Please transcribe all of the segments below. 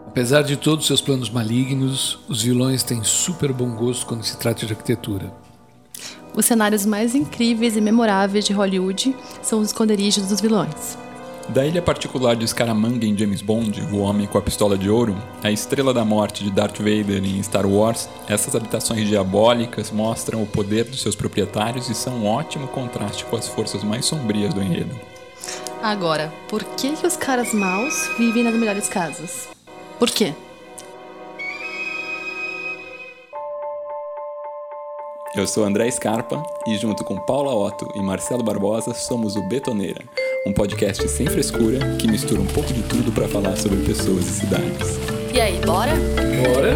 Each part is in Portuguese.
Apesar de todos seus planos malignos, os vilões têm super bom gosto quando se trata de arquitetura. Os cenários mais incríveis e memoráveis de Hollywood são os esconderijos dos vilões. Da ilha particular de Scaramanga em James Bond, o Homem com a Pistola de Ouro, a Estrela da Morte de Darth Vader em Star Wars, essas habitações diabólicas mostram o poder dos seus proprietários e são um ótimo contraste com as forças mais sombrias do enredo. Agora, por que os caras maus vivem nas melhores casas? Por quê? Eu sou André Scarpa e junto com Paula Otto e Marcelo Barbosa somos o Betoneira, um podcast sem frescura que mistura um pouco de tudo para falar sobre pessoas e cidades. E aí, bora? Bora!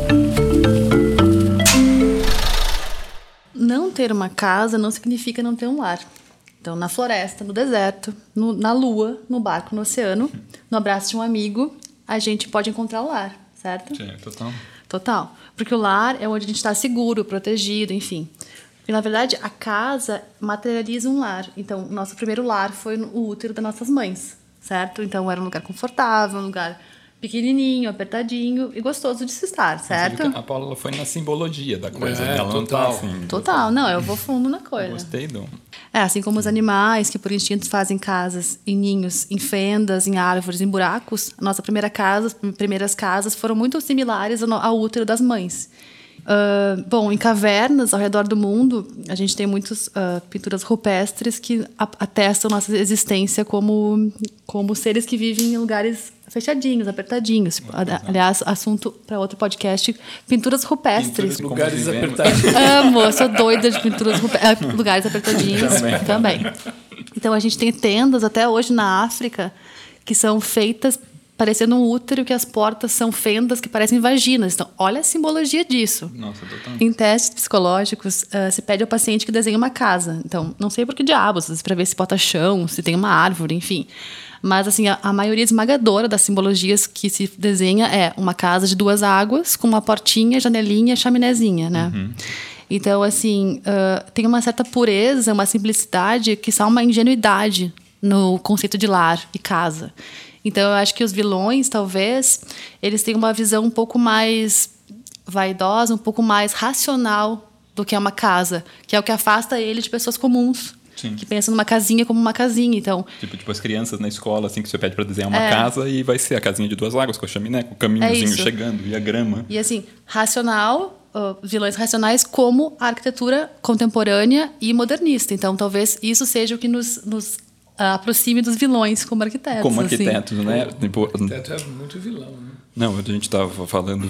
Não ter uma casa não significa não ter um lar. Então, na floresta, no deserto, na lua, no barco, no oceano, no abraço de um amigo, a gente pode encontrar o lar, certo? Sim, total. Total. Porque o lar é onde a gente está seguro, protegido, enfim. E, na verdade, a casa materializa um lar. Então, o nosso primeiro lar foi o útero das nossas mães, certo? Então, era um lugar confortável, um lugar pequenininho, apertadinho e gostoso de se estar, certo? A Paula foi na simbologia da coisa. Total. Não tá assim. Total. Não, eu vou fundo na coisa. Gostei do... Assim como os animais que por instinto fazem casas em ninhos, em fendas, em árvores, em buracos, a nossa primeiras casas foram muito similares ao útero das mães. Bom, em cavernas ao redor do mundo, a gente tem muitas pinturas rupestres que atestam nossa existência como seres que vivem em lugares fechadinhos, apertadinhos. Aliás, assunto para outro podcast, pinturas rupestres. Lugares apertadinhos. Amo, eu sou doida de pinturas rupestres. Lugares apertadinhos também. Então, a gente tem tendas até hoje na África que são feitas parecendo um útero, que as portas são fendas que parecem vaginas. Então, olha a simbologia disso. Nossa, total. Em testes psicológicos, se pede ao paciente que desenhe uma casa. Então, não sei por que diabos, para ver se bota chão, se tem uma árvore, enfim. Mas, assim, a maioria esmagadora das simbologias que se desenha é uma casa de duas águas, com uma portinha, janelinha, chaminézinha, né? Uhum. Então, assim, tem uma certa pureza, uma simplicidade, que só uma ingenuidade no conceito de lar e casa. Então, eu acho que os vilões, talvez, eles têm uma visão um pouco mais vaidosa, um pouco mais racional do que é uma casa, que é o que afasta ele de pessoas comuns. Sim. Que pensam numa casinha como uma casinha, então... Tipo as crianças na escola, assim, que você pede para desenhar uma casa e vai ser a casinha de duas águas, com a chaminé, com o caminhozinho chegando e a grama. E assim, racional, vilões racionais como a arquitetura contemporânea e modernista. Então, talvez isso seja o que nos aproxime dos vilões como arquitetos. Como arquitetos, assim. Né? O arquiteto é muito vilão, né? Não, a gente estava falando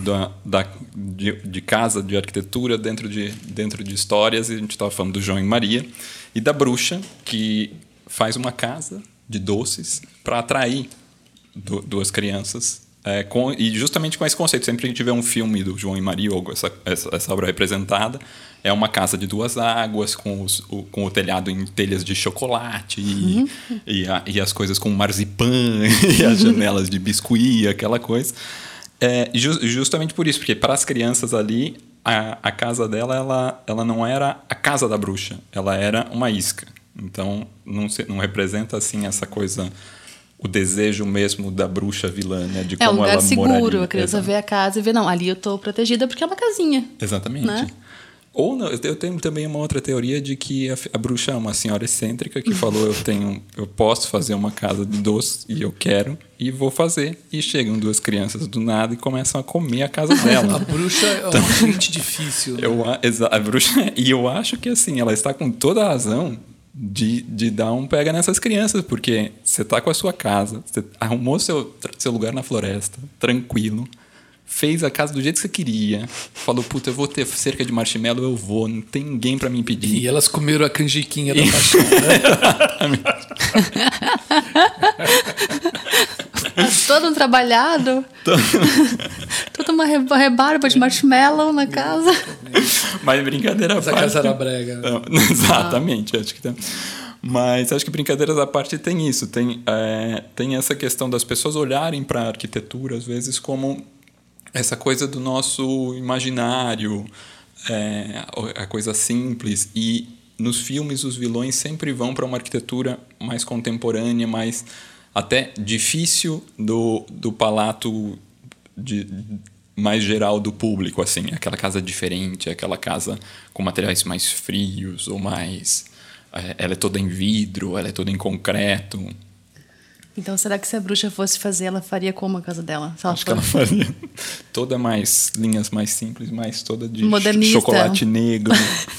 de casa, de arquitetura dentro de histórias, e a gente estava falando do João e Maria e da bruxa que faz uma casa de doces para atrair duas crianças. E justamente com esse conceito, sempre que a gente vê um filme do João e Maria, ou essa obra representada, é uma casa de duas águas, com o telhado em telhas de chocolate, e as coisas com marzipan, e as janelas de biscuit, aquela coisa. Justamente por isso, porque para as crianças ali, a casa dela ela não era a casa da bruxa, ela era uma isca. Então, não representa assim essa coisa... o desejo mesmo da bruxa vilã, né? De como ela moraria. É um lugar seguro, a criança vê a casa e vê, não, ali eu estou protegida porque é uma casinha. Exatamente. Né? Ou não, eu tenho também uma outra teoria de que a bruxa é uma senhora excêntrica que falou, eu posso fazer uma casa de doce e eu quero, e vou fazer. E chegam duas crianças do nada e começam a comer a casa dela. A bruxa é uma gente difícil. Né? A bruxa, e eu acho que assim, ela está com toda a razão de dar um pega nessas crianças, porque você tá com a sua casa, você arrumou seu lugar na floresta, tranquilo, fez a casa do jeito que você queria, falou, puta, eu vou ter cerca de marshmallow, eu vou, não tem ninguém pra me impedir. E elas comeram a canjiquinha da paixão, né? Todo um trabalhado, toda uma rebarba de marshmallow na casa. Mas brincadeira à parte... a casa era brega. Não, exatamente, acho que tem. Mas acho que brincadeiras à parte tem isso, tem essa questão das pessoas olharem para a arquitetura às vezes como essa coisa do nosso imaginário, a coisa simples, e nos filmes os vilões sempre vão para uma arquitetura mais contemporânea, mais até difícil do palato mais geral do público, assim, aquela casa diferente, aquela casa com materiais mais frios ou mais... ela é toda em vidro, ela é toda em concreto. Então, será que se a bruxa fosse fazer, ela faria como a casa dela? Acho que ela faria toda mais... linhas mais simples, mais toda de modernista. Chocolate negro,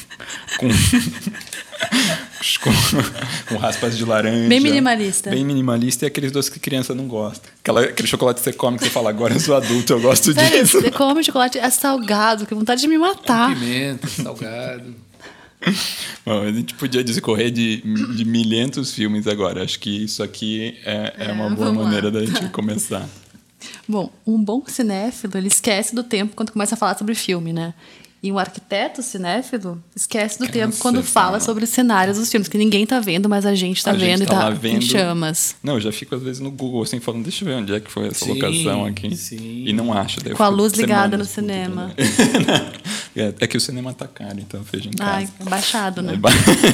com raspas de laranja. Bem minimalista. Bem minimalista, e aqueles doces que criança não gosta. Aquele chocolate que você come, que você fala, agora eu sou adulto, eu gosto Sério, disso. você come chocolate salgado, que vontade de me matar. Pimenta, salgado. Bom, a gente podia discorrer de milhentos filmes agora. Acho que isso aqui é uma boa maneira da gente começar. Bom, um bom cinéfilo, ele esquece do tempo quando começa a falar sobre filme, né? E um arquiteto cinéfilo esquece do tempo quando fala sobre os cenários dos filmes, que ninguém tá vendo, mas a gente tá vendo e tá em chamas. Não, eu já fico às vezes no Google assim, falando, deixa eu ver onde é que foi essa locação aqui. Sim. E não acho. Daí com a luz ligada no cinema. É que o cinema tá caro, então eu vejo em casa. Ai, baixado, né?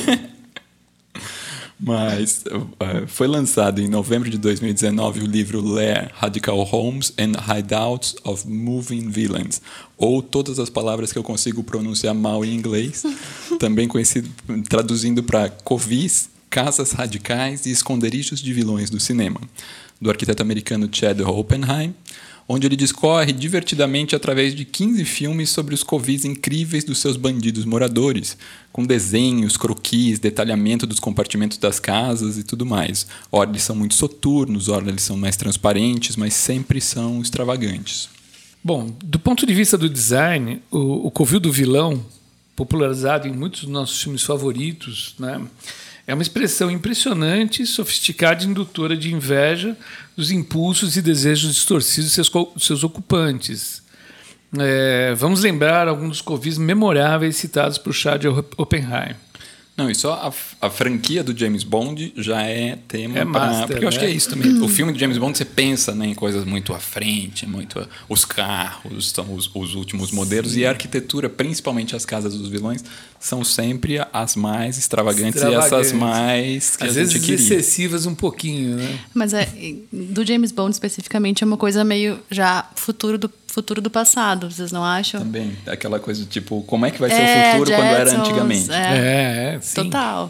Mas foi lançado em novembro de 2019 o livro Lair, Radical Homes and Hideouts of Moving Villains, ou todas as palavras que eu consigo pronunciar mal em inglês, também conhecido, traduzindo para covis, casas radicais e esconderijos de vilões do cinema, do arquiteto americano Chad Oppenheim, onde ele discorre divertidamente através de 15 filmes sobre os covis incríveis dos seus bandidos moradores, com desenhos, croquis, detalhamento dos compartimentos das casas e tudo mais. Ora, eles são muito soturnos, ora, eles são mais transparentes, mas sempre são extravagantes. Bom, do ponto de vista do design, o covil do vilão, popularizado em muitos dos nossos filmes favoritos, né, é uma expressão impressionante, sofisticada e indutora de inveja dos impulsos e desejos distorcidos de seus ocupantes. Vamos lembrar alguns dos covis memoráveis citados por Chad Oppenheim. Não, e só a franquia do James Bond já é tema master, porque eu acho que é isso também. O filme do James Bond, você pensa, né, em coisas muito à frente, os carros, são os últimos modelos. Sim. E a arquitetura, principalmente as casas dos vilões, são sempre as mais extravagantes. E essas mais que às a gente vezes queria. excessivas um pouquinho, né? Mas do James Bond especificamente é uma coisa meio já futuro do passado, vocês não acham? Também, aquela coisa tipo, como é que vai ser o futuro quando era antigamente? Sim. Total.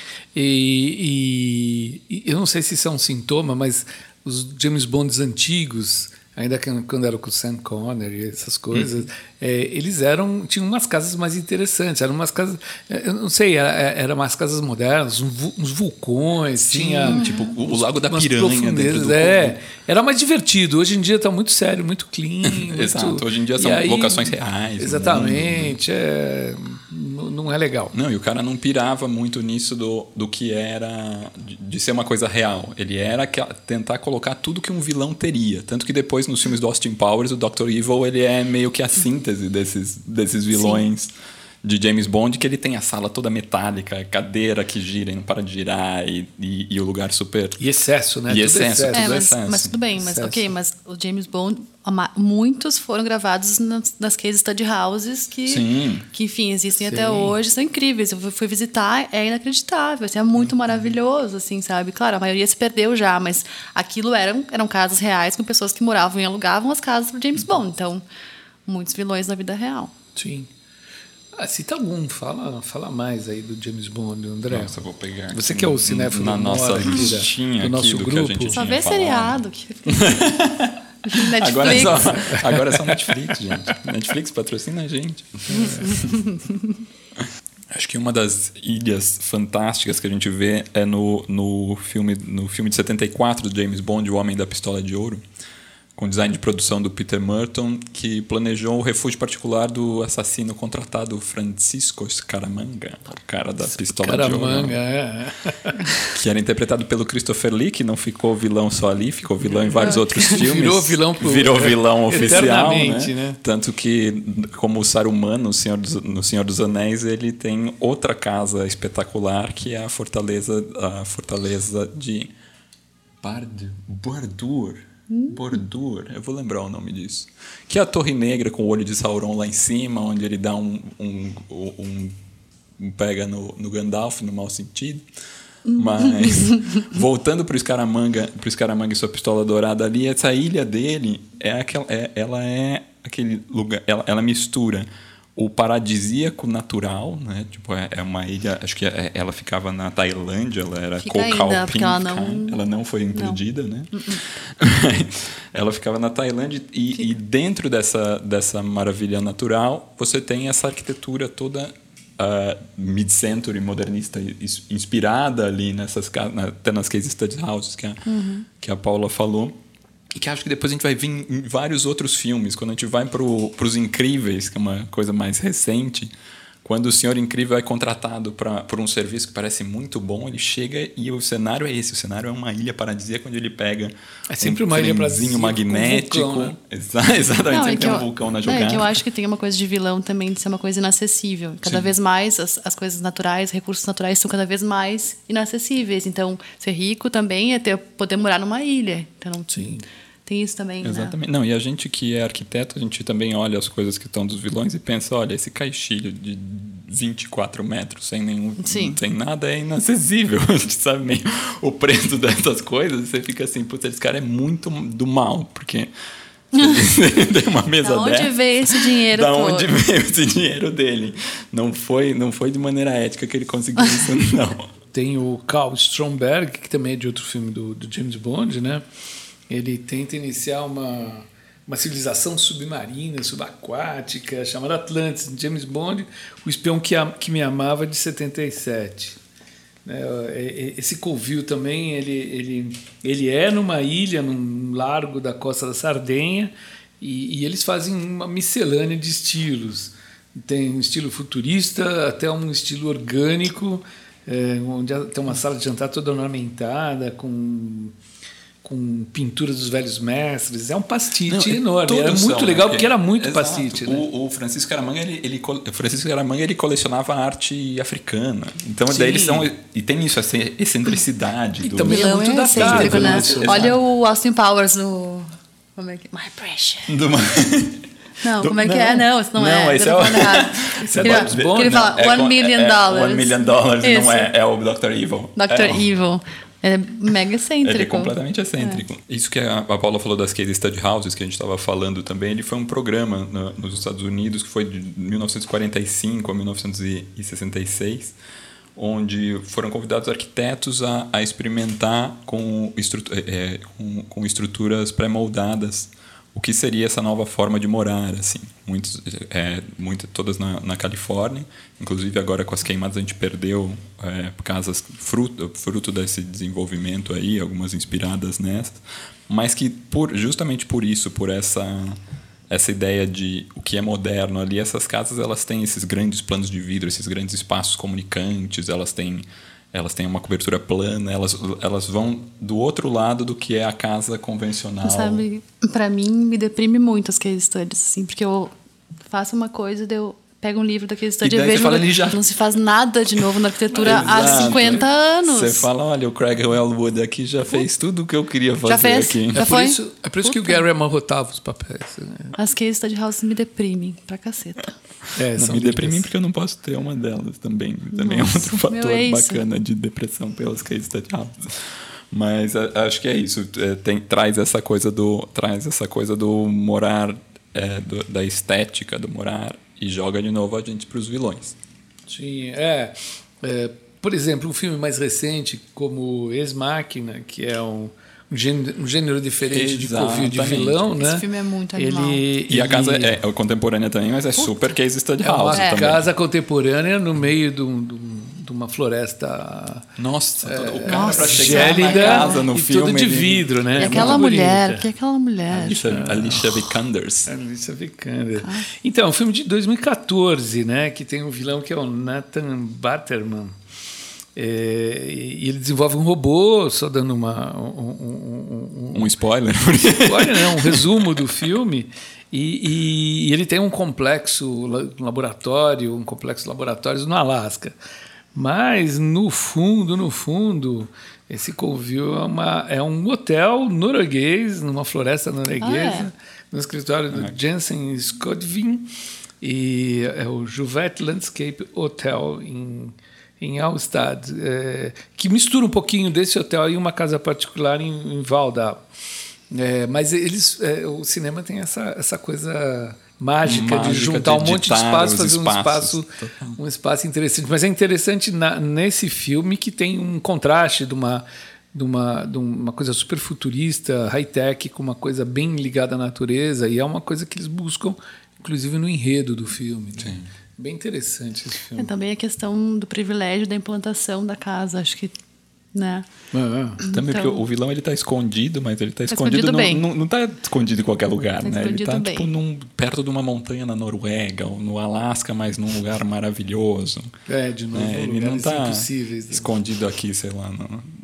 E eu não sei se isso é um sintoma, mas os James Bonds antigos, ainda quando era com o Sean Connery e essas coisas, eles tinham umas casas mais interessantes, eram umas casas, eu não sei, eram umas casas modernas, uns vulcões, sim, tinha tipo o Lago da Piranha dentro do era mais divertido. Hoje em dia está muito sério, muito clean. Exato, hoje em dia são locações reais. Exatamente, não é legal. Não, e o cara não pirava muito nisso do que era de ser uma coisa real. Ele era tentar colocar tudo que um vilão teria. Tanto que depois, nos filmes do Austin Powers, o Dr. Evil, ele é meio que a síntese desses vilões. Sim. De James Bond, que ele tem a sala toda metálica, a cadeira que gira e não para de girar, e o lugar super... E excesso, né? E excesso. Mas tudo bem, mas o James Bond, muitos foram gravados nas case study houses que enfim, existem até hoje, são incríveis. Eu fui visitar, é inacreditável, assim, é muito maravilhoso, assim, sabe? Claro, a maioria se perdeu já, mas aquilo eram casas reais com pessoas que moravam e alugavam as casas para James Bond. Então, muitos vilões na vida real. Sim. Cita algum, fala mais aí do James Bond, André. Nossa, vou pegar. Você que é o cinéfilo na nossa listinha do nosso aqui, grupo. que a gente só vê seriado. Netflix. Agora é só Netflix, gente. Netflix patrocina a gente. Acho que uma das ilhas fantásticas que a gente vê é no filme de 74 do James Bond, O Homem da Pistola de Ouro, com design de produção do Peter Merton, que planejou o refúgio particular do assassino contratado Francisco Scaramanga, o cara da Pistola de Ouro. Que era interpretado pelo Christopher Lee, que não ficou vilão só ali, ficou vilão em vários outros filmes. Virou vilão oficial, né? Tanto que, como o Saruman no Senhor dos Anéis, ele tem outra casa espetacular, que é a fortaleza de Bordur, eu vou lembrar o nome disso. Que é a Torre Negra com o olho de Sauron lá em cima, onde ele dá pega no Gandalf, no mau sentido. Mas, voltando para o Scaramanga e sua pistola dourada ali, essa ilha dele, ela é aquele lugar... Ela mistura o paradisíaco natural, né? Tipo, é uma ilha... Acho que ela ficava na Tailândia, ela era Koh-Kau-Phi. Ela não foi implodida, né? Ela ficava na Tailândia e dentro dessa maravilha natural, você tem essa arquitetura toda mid-century, modernista, inspirada ali até nas case study houses que a Paula falou. E que acho que depois a gente vai vir em vários outros filmes. Quando a gente vai para Os Incríveis, que é uma coisa mais recente, quando o Senhor Incrível é contratado por um serviço que parece muito bom, ele chega e o cenário é esse. O cenário é uma ilha paradisíaca onde ele pega sempre uma ilha paradisíaca magnético. Um vulcão, né? Exatamente, sempre tem um vulcão na jogada. É que eu acho que tem uma coisa de vilão também, de ser uma coisa inacessível. Cada vez mais as coisas naturais, recursos naturais são cada vez mais inacessíveis. Então, ser rico também é poder morar numa ilha. Então, sim. Tem isso também, exatamente. Né? Não, e a gente que é arquiteto, a gente também olha as coisas que estão dos vilões e pensa, olha, esse caixilho de 24 metros sem nada é inacessível. A gente sabe meio o preço dessas coisas e você fica assim, putz, esse cara é muito do mal, porque tem uma mesa dessa. Da onde veio esse dinheiro todo? Da onde veio esse dinheiro dele? Não foi de maneira ética que ele conseguiu isso, não. Tem o Carl Stromberg, que também é de outro filme do James Bond, né? Ele tenta iniciar uma civilização submarina, subaquática, chamada Atlantis. James Bond, o espião que me amava, de 77. Esse covil também, ele é numa ilha, num largo da costa da Sardenha, e eles fazem uma miscelânea de estilos. Tem um estilo futurista até um estilo orgânico, onde tem uma sala de jantar toda ornamentada, com pinturas dos velhos mestres. É um pastiche enorme. Era muito legal, porque era muito pastiche. Né? O Francisco Scaramanga ele colecionava arte africana. Então, daí eles são... E tem isso, essa excentricidade. E também é muito excêntrico, né? Exato. Olha o Austin Powers no... Como é que... My Precious. Como é que é? Não, isso não é. Esse é o... Ele fala $1 million. $1 million não é o Dr. Evil. Dr. Evil. É mega excêntrico. Ele é completamente excêntrico. Isso que a Paula falou das case study houses, que a gente estava falando também, ele foi um programa nos Estados Unidos que foi de 1945 a 1966, onde foram convidados arquitetos a experimentar com estruturas pré-moldadas o que seria essa nova forma de morar, assim. Todas na Califórnia, inclusive agora com as queimadas a gente perdeu casas fruto desse desenvolvimento aí, algumas inspiradas nessas, mas que justamente por isso, por essa ideia de o que é moderno ali, essas casas elas têm esses grandes planos de vidro, esses grandes espaços comunicantes, elas têm uma cobertura plana, elas vão do outro lado do que é a casa convencional. Sabe, pra mim me deprime muito as case studies, assim, porque eu faço uma coisa, eu pego um livro da case study e vejo não se faz nada de novo na arquitetura há 50 anos. Você fala, olha, o Craig Wellwood aqui já fez tudo o que eu queria fazer aqui. É por isso que o Gary amarrotava os papéis. Né? As case study houses me deprimem pra caceta. Me deprimem porque eu não posso ter uma delas também. Também é outro fator bacana de depressão pelas case study houses. Mas acho que é isso. Traz essa coisa do morar, da estética do morar, e joga de novo a gente para os vilões. Sim, por exemplo, um filme mais recente, como Ex Machina, que é um gênero diferente de covil de vilão, né? Esse filme é muito animal. E a casa é contemporânea também, mas é super case study house também. Casa contemporânea no meio de uma floresta. Nossa, o cara para chegar na casa no filme. Tudo de vidro, né? E aquela mulher, Alicia Vikander. Alicia Vikander. Então, um filme de 2014, né? Que tem um vilão que é o Nathan Batterman. E ele desenvolve um robô, só dando um spoiler. Um resumo do filme. E ele tem um complexo laboratório, laboratórios no Alasca. Mas, no fundo, esse covil é um hotel norueguês, numa floresta norueguesa, no escritório do Jensen Skodvin, e é o Juvet Landscape Hotel em em Alstad, que mistura um pouquinho desse hotel e uma casa particular em Valdal. Mas o cinema tem essa coisa mágica de juntar um monte de espaço, fazer um espaço interessante. Mas é interessante nesse filme que tem um contraste de uma coisa super futurista, high-tech, com uma coisa bem ligada à natureza, e é uma coisa que eles buscam, inclusive, no enredo do filme. Né? Bem interessante esse filme. Também a questão do privilégio da implantação da casa, acho que, né? Também porque o vilão ele tá escondido, mas ele tá escondido não tá escondido em qualquer lugar, né? Ele tá tipo perto de uma montanha na Noruega ou no Alasca, mas num lugar maravilhoso. De novo, ele não tá escondido aqui, sei lá,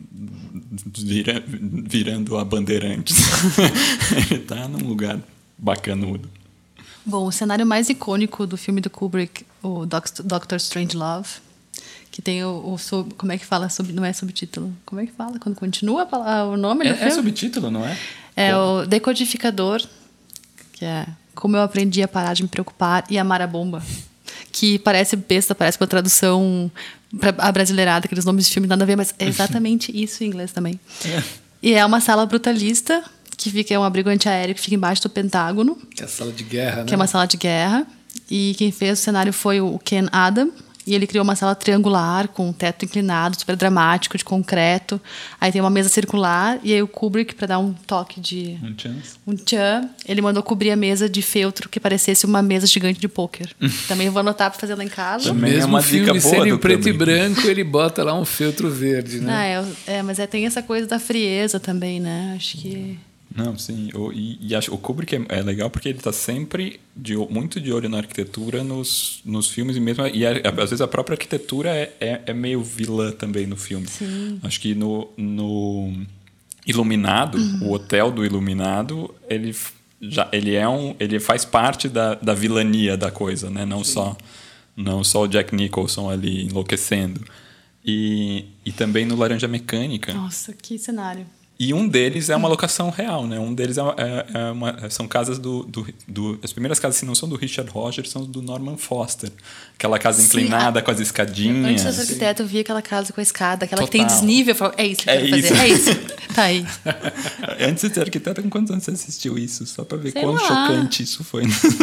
virando a Bandeirantes. Ele tá num lugar bacanudo. Bom, o cenário mais icônico do filme do Kubrick, o Doctor Strangelove, que tem como é que fala? Não é subtítulo. Como é que fala? Quando continua o nome do filme? É subtítulo, não é? É o Decodificador, que é Como Eu Aprendi a Parar de Me Preocupar e Amar a Bomba. Que parece besta, parece uma tradução abrasileirada, aqueles nomes de filme nada a ver, mas é exatamente isso em inglês também. E é uma sala brutalista, é um abrigo antiaéreo que fica embaixo do Pentágono. Que é a sala de guerra, né? Que é uma sala de guerra. E quem fez o cenário foi o Ken Adam. E ele criou uma sala triangular com um teto inclinado, super dramático, de concreto. Aí tem uma mesa circular. E aí o Kubrick, para dar um toque de... Um tchan. Ele mandou cobrir a mesa de feltro que parecesse uma mesa gigante de pôquer. Também vou anotar para fazer lá em casa. Também mesmo uma filme sendo em preto e branco, ele bota lá um feltro verde, né? Mas tem essa coisa da frieza também, né? Acho que... Não, sim. E acho o Kubrick é legal porque ele está sempre muito de olho na arquitetura nos filmes e às vezes a própria arquitetura é meio vilã também no filme. Sim. Acho que no Iluminado, o hotel do Iluminado, ele faz parte da vilania da coisa, né? Não só o Jack Nicholson ali enlouquecendo. E também no Laranja Mecânica. Nossa, que cenário. E um deles é uma locação real, né? Um deles são casas as primeiras casas, se não são do Richard Rogers, são do Norman Foster. Aquela casa inclinada com as escadinhas. Antes de ser arquiteto, eu vi aquela casa com a escada, aquela que tem desnível. Eu falo, é isso que eu quero fazer, é isso. Tá aí. Antes de ser arquiteto, com quantos anos você assistiu isso? Só pra ver quão chocante isso foi.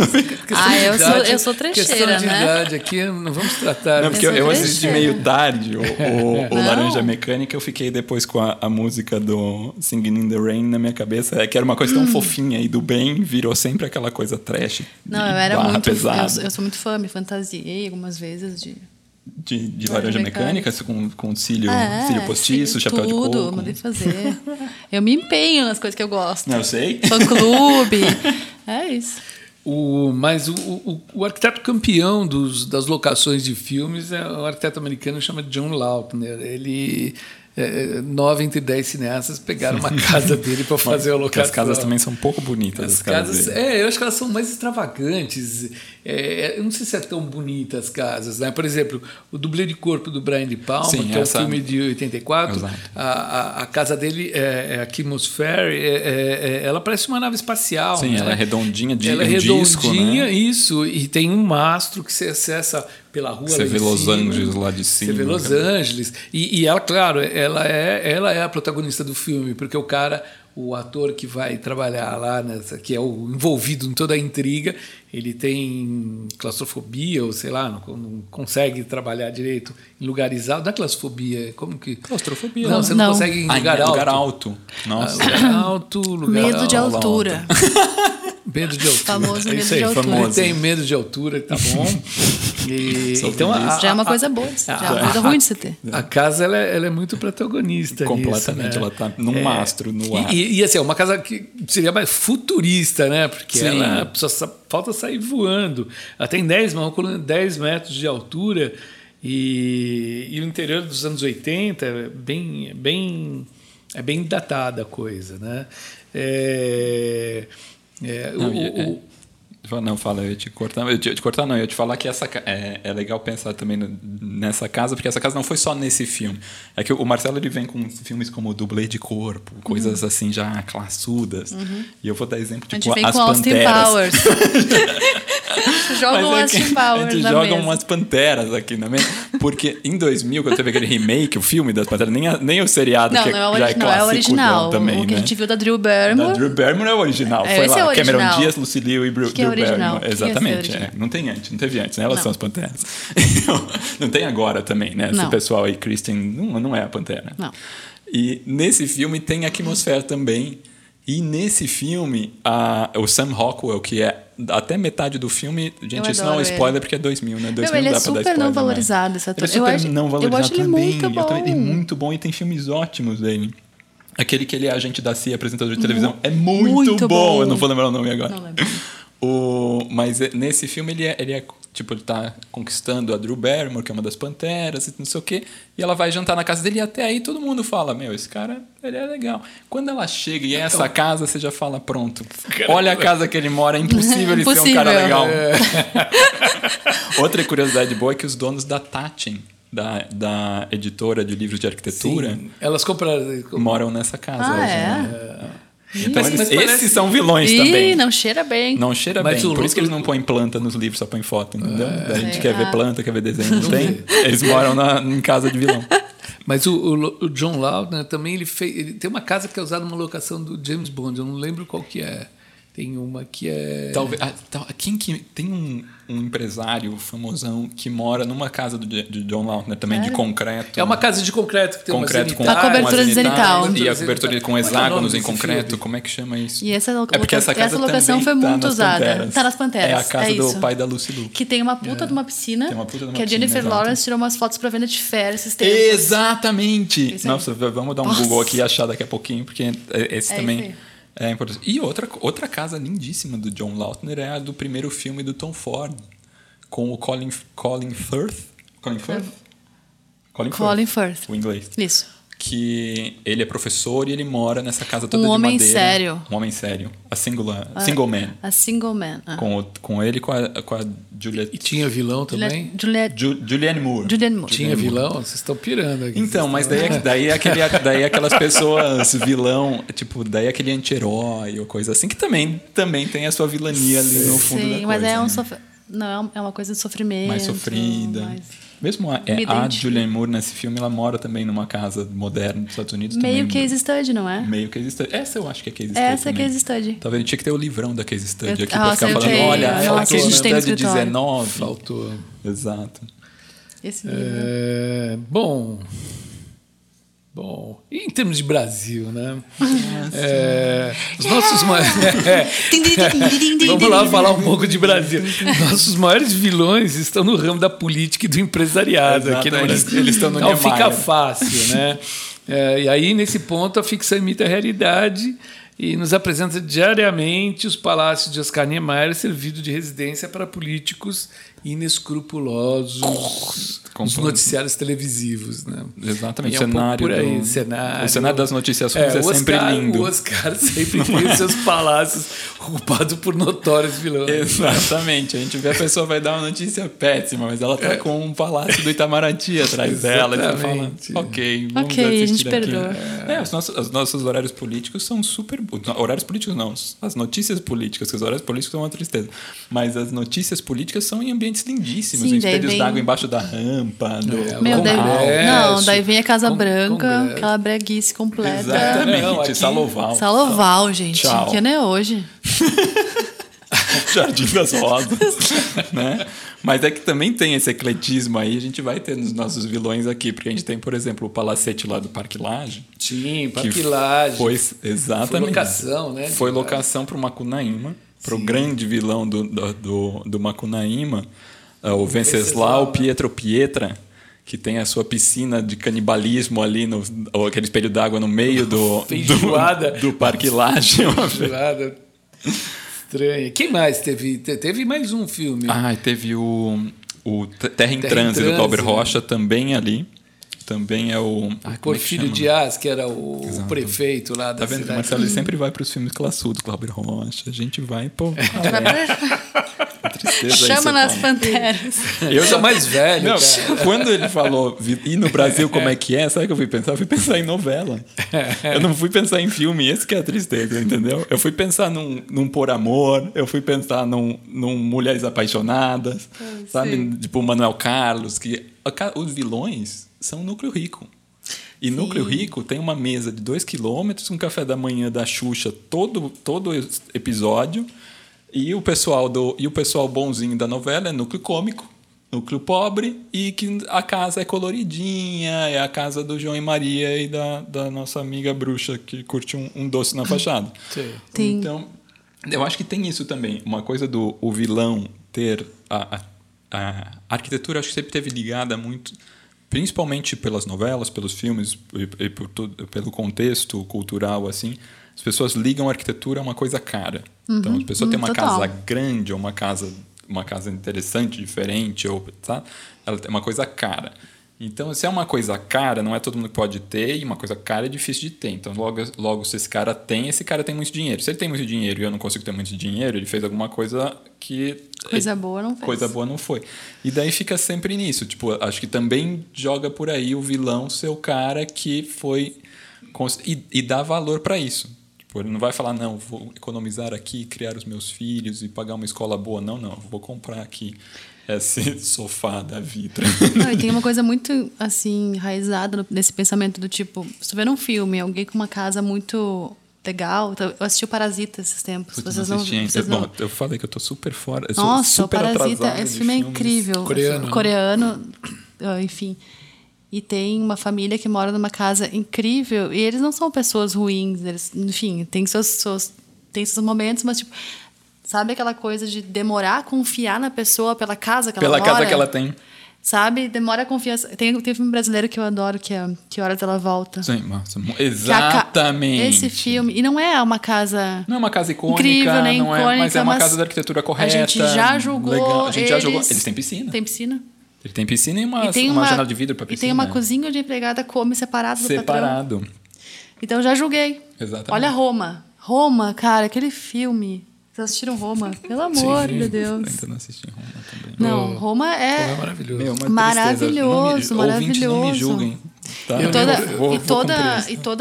Eu sou trecheira, questão de né? idade aqui, não vamos tratar. Não, porque eu assisti meio tarde o Laranja Mecânica, eu fiquei depois com a música do Singing in the Rain na minha cabeça, que era uma coisa tão fofinha e do bem, virou sempre aquela coisa trash. Não, eu era muito pesada. Eu sou muito fã, me fantasiei algumas vezes de Laranja Mecânica, com cílio postiço, chapéu de coco. Tudo, mandei fazer. Eu me empenho nas coisas que eu gosto. Não, eu sei. Fã-clube. É isso. Mas o arquiteto campeão das locações de filmes é o arquiteto americano chamado John Lautner. Ele... 9 entre 10 cineastas pegaram uma casa dele para fazer a locação. As casas também são um pouco bonitas. As casas, eu acho que elas são mais extravagantes. Eu não sei se é tão bonita as casas, né? Por exemplo, o Dublê de Corpo do Brian De Palma, que é um filme de 84. A casa dele, a Atmosphere, ela parece uma nave espacial. Sim, né? ela é redondinha ela é redondinha, né? Isso, e tem um mastro que você acessa pela rua. Você vê Los Angeles lá de cima. Você vê Los Angeles. E ela, claro, ela é a protagonista do filme, porque o ator que vai trabalhar lá, que é o envolvido em toda a intriga, ele tem claustrofobia, ou sei lá, não consegue trabalhar direito em lugares altos. Não é claustrofobia, como que... Claustrofobia. Não, você não consegue em lugar alto. Lugar alto. Nossa. Lugar alto, lugar Medo alto. de altura. Medo de altura. Famoso medo de altura. Ele tem medo de altura, tá bom. Então, já é uma coisa boa, já é uma coisa ruim de você ter. A casa ela é muito protagonista. Completamente, nisso, né? Ela está num mastro, no ar. E assim, é uma casa que seria mais futurista, né? Porque ela só falta sair voando. Ela tem 10 metros de altura e o interior dos anos 80 é bem datada a coisa, né? Não, fala, eu ia te cortar. Eu ia te cortar, não. Eu ia te falar que é legal pensar também nessa casa, porque essa casa não foi só nesse filme. É que o Marcelo ele vem com filmes como Dublê de Corpo, coisas assim já classudas. E eu vou dar exemplo, tipo, a gente vem As com Austin Panteras. Powers. Joga um Austin Powers A gente na joga mesa. umas Panteras aqui na mesa. Porque em 2000, quando teve aquele remake, o filme das Panteras, nem o seriado, Não, que não é o já original, é é o original. clássico também, O que né? a gente viu da Drew Barrymore. Da Drew Barrymore é o original. É, Foi esse lá, é o original. Cameron Diaz, Lucy Liu e Drew Que é original? Barrymore. Que é Exatamente. esse original? Não tem antes, não teve antes, né? Elas Não. são as Panteras. Não tem agora também, né? Esse Não. pessoal aí, Kristen, não é a Pantera. Não. E nesse filme tem a Atmosfera também. E nesse filme, o Sam Rockwell, que é até metade do filme... Gente, isso não é um adoro spoiler ele. porque é 2000, né? 2000 Meu, ele não é dá pra dar super spoiler, não né? valorizado, esse Ele ator. é super não valorizado eu acho ele também. muito bom. Ele é muito bom e tem filmes ótimos dele. Aquele que ele é agente da CIA, apresentador de televisão. É muito bom. Eu não vou lembrar o nome agora. Não lembro. Mas nesse filme ele tá conquistando a Drew Barrymore, que é uma das Panteras, e não sei o quê, e ela vai jantar na casa dele e até aí todo mundo fala, meu, esse cara, ele é legal. Quando ela chega e é essa casa, você já fala, pronto, olha a casa que ele mora, é impossível ele ser um cara legal. Outra curiosidade boa é que os donos da Tatin, da editora de livros de arquitetura, Sim, elas compraram... moram nessa casa. Então Mas esses são vilões Ih, também. não cheira bem. Não cheira Mas bem. o Por isso que eles lucro- não põem planta nos livros, só põem foto, entendeu? Daí a gente Sei. quer ver planta, quer ver desenho. Não tem? Eles moram em casa de vilão. Mas o John Lautner também ele tem uma casa que é usada numa locação do James Bond, eu não lembro qual que é. Tem uma que é... Talvez, quem que tem um empresário famosão que mora numa casa de John Lautner também, de concreto. É uma casa de concreto que tem concreto uma com A cobertura com zenital. E a cobertura com Qual é o hexágonos nome em desse concreto. filme? Como é que chama isso? E essa porque essa casa locação também foi tá muito nas usada. Panteras. Tá nas Panteras. É a casa do isso. pai da Lucy Liu. Que tem uma puta de uma piscina. Tem uma puta de uma que a piscina, Jennifer exato. Lawrence tirou umas fotos pra venda de férias esses tempos. Exatamente! Esse aí. Nossa, vamos dar um Nossa. Google aqui e achar daqui a pouquinho, porque esse É também esse aí. é importante. E outra casa lindíssima do John Lautner é a do primeiro filme do Tom Ford, com o Colin Firth. Colin Firth? Colin Firth. O inglês. Isso. Que ele é professor e ele mora nessa casa toda Um de homem madeira. sério. Um homem sério. Single man. A Single Man. Ah. Com ele e com a Juliette. E tinha vilão também? Julianne Moore. Julianne Moore. Tinha vilão? Vocês estão pirando aqui. Então, mas daí aquelas pessoas vilão, tipo, daí aquele anti-herói ou coisa assim, que também tem a sua vilania ali no fundo da Sim, coisa. mas é né? Não, é uma coisa de sofrimento. Mais sofrida. mais- Mesmo a Julianne Moore nesse filme, ela mora também numa casa moderna dos Estados Unidos. Meio também, case study, não é? Meio case study. Essa eu acho que é case study. Essa é também. case study. Tá vendo? Tinha que ter o livrão da case study aqui pra Nossa, ficar eu falando, tenho. olha, Nossa, ela a gente tem no de escritório. 19. Faltou. Exato. Esse livro. Bom, e em termos de Brasil, né? Os nossos Vamos lá falar um pouco de Brasil. Nossos maiores vilões estão no ramo da política e do empresariado. Aqui no Exato, Brasil. eles estão no Então Niemeyer. fica fácil, né? E aí, nesse ponto, a ficção imita a realidade e nos apresenta diariamente os palácios de Oscar Niemeyer servido de residência para políticos inescrupulosos nos noticiários televisivos, né? Exatamente. E é um pouco por aí, O cenário das notícias ruins é sempre lindo. O Oscar sempre tem os seus palácios ocupados por notórios vilões. Exatamente. A gente vê a pessoa vai dar uma notícia péssima, mas ela tá com um palácio do Itamaraty atrás dela. E você fala, Exatamente. ok, vamos Ok, a gente assistir aqui. perdoa. Os nossos horários políticos são super... Horários políticos não, as notícias políticas, que os horários políticos são uma tristeza. Mas as notícias políticas são em ambientes lindíssimos. Sim, em daí espelhos vem- d'água embaixo da rampa. Meu Deus. Congresso, Não, daí vem a Casa Branca, Congresso. aquela breguice completa. Exatamente. Não, aqui- Saloval. Saloval, gente. Tchau. Que ano é hoje? Jardim das Rosas, né? Mas é que também tem esse ecletismo aí, a gente vai ter nos nossos vilões aqui, porque a gente tem, por exemplo, o palacete lá do Parque Lage. Sim, que Parquilagem. Foi, exatamente. Foi locação, né? Foi locação para o Macunaíma, para o grande vilão do Macunaíma, o Venceslau Pietro Pietra, que tem a sua piscina de canibalismo ali, ou aquele espelho d'água no meio Feijoada. do Parque Lage. Feijoada estranha. Quem mais teve? Teve mais um filme. Teve o Terra em Trânsito, do Glauber Rocha, também ali. também é o... Porfírio Dias, que era o prefeito lá da Tá vendo que o Marcelo ele sempre vai para os filmes classudos, Glauber Rocha. A gente vai, pô... Tristeza. Chama nas Panteras. Eu sou mais velho, cara. Quando ele falou e no Brasil como é que é, sabe o que eu fui pensar? Eu fui pensar em novela. Eu não fui pensar em filme, esse que é a tristeza, entendeu? Eu fui pensar num Por Amor, eu fui pensar num Mulheres Apaixonadas, sabe? Tipo Manuel Carlos, que os vilões são núcleo rico. E núcleo rico tem uma mesa de 2 quilômetros, um café da manhã da Xuxa todo episódio. E o pessoal bonzinho da novela é núcleo cômico, núcleo pobre, e que a casa é coloridinha, é a casa do João e Maria e da nossa amiga bruxa que curte um doce na fachada. Sim. Então, eu acho que tem isso também. Uma coisa do o vilão ter... A arquitetura acho que sempre teve ligada muito, principalmente pelas novelas, pelos filmes e pelo contexto cultural, assim. As pessoas ligam a arquitetura a uma coisa cara. Então, a pessoa tem uma casa grande ou uma casa interessante, diferente, ou, tá? Ela tem uma coisa cara. Então, se é uma coisa cara, não é todo mundo que pode ter, e uma coisa cara é difícil de ter. Então, logo se esse cara tem muito dinheiro. Se ele tem muito dinheiro e eu não consigo ter muito dinheiro, ele fez alguma coisa que... Coisa boa não fez. Coisa boa não foi. E daí fica sempre nisso. Tipo, acho que também joga por aí o vilão ser o cara que foi... E dá valor para isso. Ele não vai falar, não, vou economizar aqui, criar os meus filhos e pagar uma escola boa. Não, vou comprar aqui esse sofá da vida. Não, e tem uma coisa muito, assim, enraizada nesse pensamento do tipo, se tu vê num filme, alguém com uma casa muito legal... Eu assisti o Parasita esses tempos. Putz, vocês não assisti ainda. Bom, eu falei que eu tô super fora. Nossa, super o Parasita, esse filme é filmes. incrível. Coreano, enfim... E tem uma família que mora numa casa incrível. E eles não são pessoas ruins. Eles, enfim, tem seus momentos, mas, tipo... Sabe aquela coisa de demorar a confiar na pessoa pela casa que ela mora? Pela casa que ela tem. Sabe? Demora a confiança. Tem um filme brasileiro que eu adoro, que é Que Horas Ela Volta. Sim, nossa, exatamente. Esse filme... E não é uma casa... Não é uma casa icônica, incrível, nem não icônica, é, mas é uma casa da arquitetura correta. A gente já julgou legal. A gente já eles... jogou. Eles têm piscina. Tem piscina. Ele tem piscina e uma janela de vidro para piscina. E tem uma cozinha onde a empregada come separado do patrão. Então já julguei. Exatamente. Olha Roma. Roma, cara, aquele filme. Vocês assistiram Roma? Pelo amor de Deus. Ainda não assisti Roma também. Não, Roma é maravilhoso. Maravilhoso. Não me julguem. Tá? E toda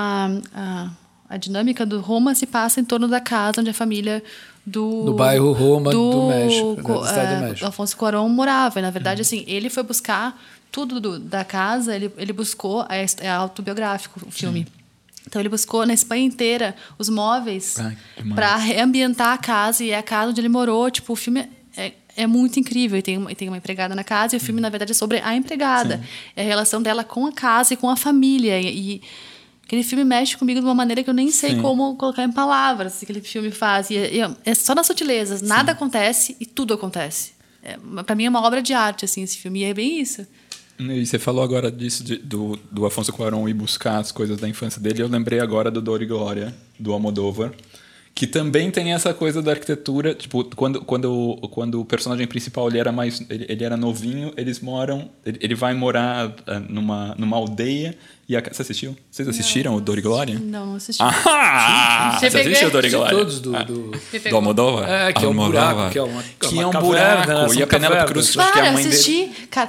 a dinâmica do Roma se passa em torno da casa onde a família do bairro Roma do México, da cidade do México. Alfonso Cuarón morava. E, na verdade, assim, ele foi buscar tudo da casa, ele buscou, é autobiográfico o filme. Sim. Então, ele buscou na Espanha inteira os móveis para reambientar a casa, e é a casa onde ele morou. Tipo, o filme é muito incrível. E tem uma empregada na casa, e o filme, na verdade, é sobre a empregada. Sim. É a relação dela com a casa e com a família. E aquele filme mexe comigo de uma maneira que eu nem sei como colocar em palavras. Aquele filme faz. E é só nas sutilezas. Nada acontece e tudo acontece. Para mim é uma obra de arte, assim, esse filme. E é bem isso. E você falou agora disso, do Alfonso Cuarón ir buscar as coisas da infância dele. Eu lembrei agora do Dor e Glória, do Almodóvar, que também tem essa coisa da arquitetura. Tipo, quando o personagem principal ele era novinho, ele vai morar numa aldeia. Você assistiu? Vocês assistiram o Dor e Glória? Não assisti. Você assistiu o Dor e Glória? Todos do Almodóvar? Que é um buraco, que é uma buraco. Caverna, e a Penélope Cruz, que é a mãe assisti, dele. Cara,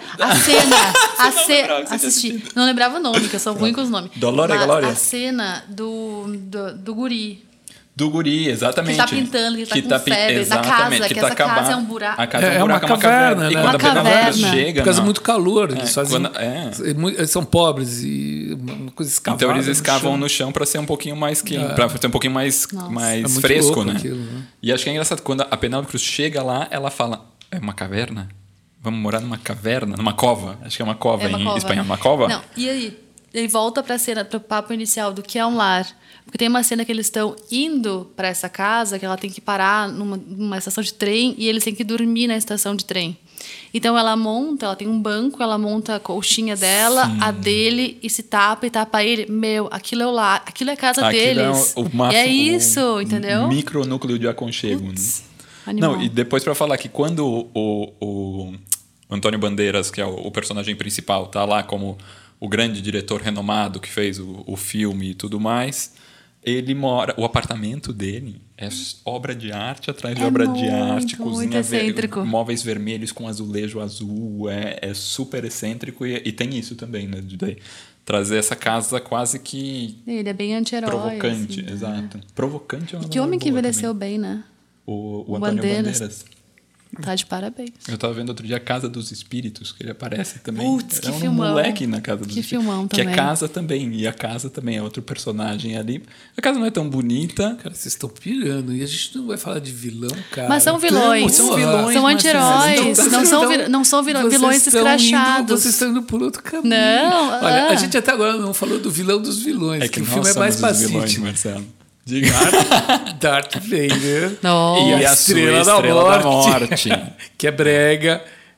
assisti. Não lembrava o nome, que eu sou ruim com os nomes. Dolor e Glória? A cena do guri. Do guri, exatamente. Que tá pintando, que tá com febre. Da casa, que essa casa é um buraco. A casa é uma caverna, né? E quando a Penélope chega... Por causa muito calor. Eles eles são pobres e uma coisa escavada. Então eles escavam no chão para ser um pouquinho mais quente, para ser um pouquinho mais fresco, né? Aquilo, né? E acho que é engraçado, quando a Penélope Cruz chega lá, ela fala, é uma caverna? Vamos morar numa caverna? Numa cova? Acho que é uma cova em espanhol. Uma cova? Não, e aí? Ele volta para a cena, para o papo inicial do que é um lar. Porque tem uma cena que eles estão indo para essa casa, que ela tem que parar numa estação de trem, e eles têm que dormir na estação de trem. Então ela tem um banco, ela monta a colchinha dela, a dele, e se tapa ele. Aquilo é o lar, aquilo é a casa deles. E é isso, entendeu? Micronúcleo de aconchego. Putz, né? Não, e depois para falar que quando o Antônio Bandeiras, que é o personagem principal, tá lá como o grande diretor renomado que fez o filme e tudo mais, ele mora... O apartamento dele é obra de arte atrás de obra de arte. Muito excêntrico. Móveis vermelhos com azulejo azul. É super excêntrico. E tem isso também, né? De trazer essa casa quase que... Ele é bem anti-herói. Provocante, assim, exato. Provocante é uma que homem que envelheceu também. bem, né? O Antônio Bandeiras. Tá de parabéns. Eu tava vendo outro dia a Casa dos Espíritos, que ele aparece também. Putz, que filmão. Moleque na Casa dos Espíritos. Filmão que também. é casa também. E a casa também é outro personagem ali. A casa não é tão bonita. Cara, vocês estão pirando. E a gente não vai falar de vilão, cara. Mas são vilões. São vilões, são mas anti-heróis. Não são vilões escrachados. Vocês estão indo por outro caminho. Não. Olha, a gente até agora não falou do vilão dos vilões. É que o filme é mais pacífico. Marcelo. Diga. Darth Vader. Nossa. E a Estrela da Morte. Que é brega.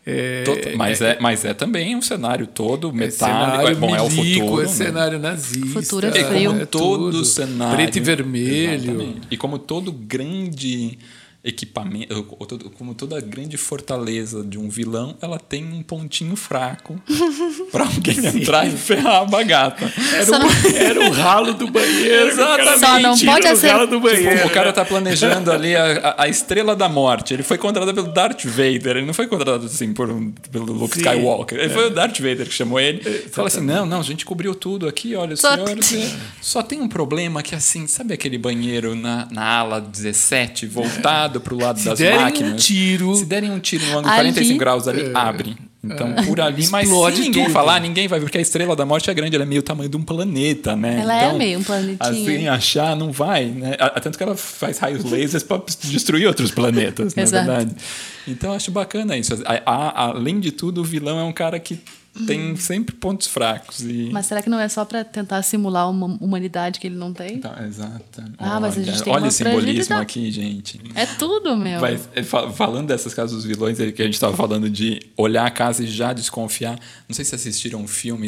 Mas é também um cenário todo metálico. Cenário Bom, é o futuro. É cenário nazista. Futuro é frio. Como todo cenário. Preto e vermelho. Exatamente. E como todo grande equipamento, como toda grande fortaleza de um vilão, ela tem um pontinho fraco para alguém entrar e ferrar a bagata. Era o ralo do banheiro. Exatamente. Só não pode o ralo do banheiro. Tipo, o cara tá planejando ali a Estrela da Morte. Ele foi contratado pelo Darth Vader. Ele não foi contratado assim pelo Luke Skywalker. Ele foi o Darth Vader que chamou ele. Falou assim, não, a gente cobriu tudo aqui. Olha, o senhor... Só tem um problema que assim, sabe aquele banheiro na ala 17 voltado pro lado das máquinas? Se derem um tiro no ângulo 45 graus ali, abre. Então, por ali, mas se ninguém falar, ninguém vai ver, porque a Estrela da Morte é grande, ela é meio tamanho de um planeta, né? Ela então, é meio um planetinha. Assim, achar não vai, né? Tanto que ela faz raios lasers para destruir outros planetas, na verdade. Então, eu acho bacana isso. Além de tudo, o vilão é um cara que tem sempre pontos fracos. Mas será que não é só para tentar simular uma humanidade que ele não tem? Então, exato. Mas a gente tem olha uma o simbolismo aqui, gente. É tudo, meu. Falando dessas casas dos vilões, que a gente estava falando de olhar a casa e já desconfiar. Não sei se assistiram um filme,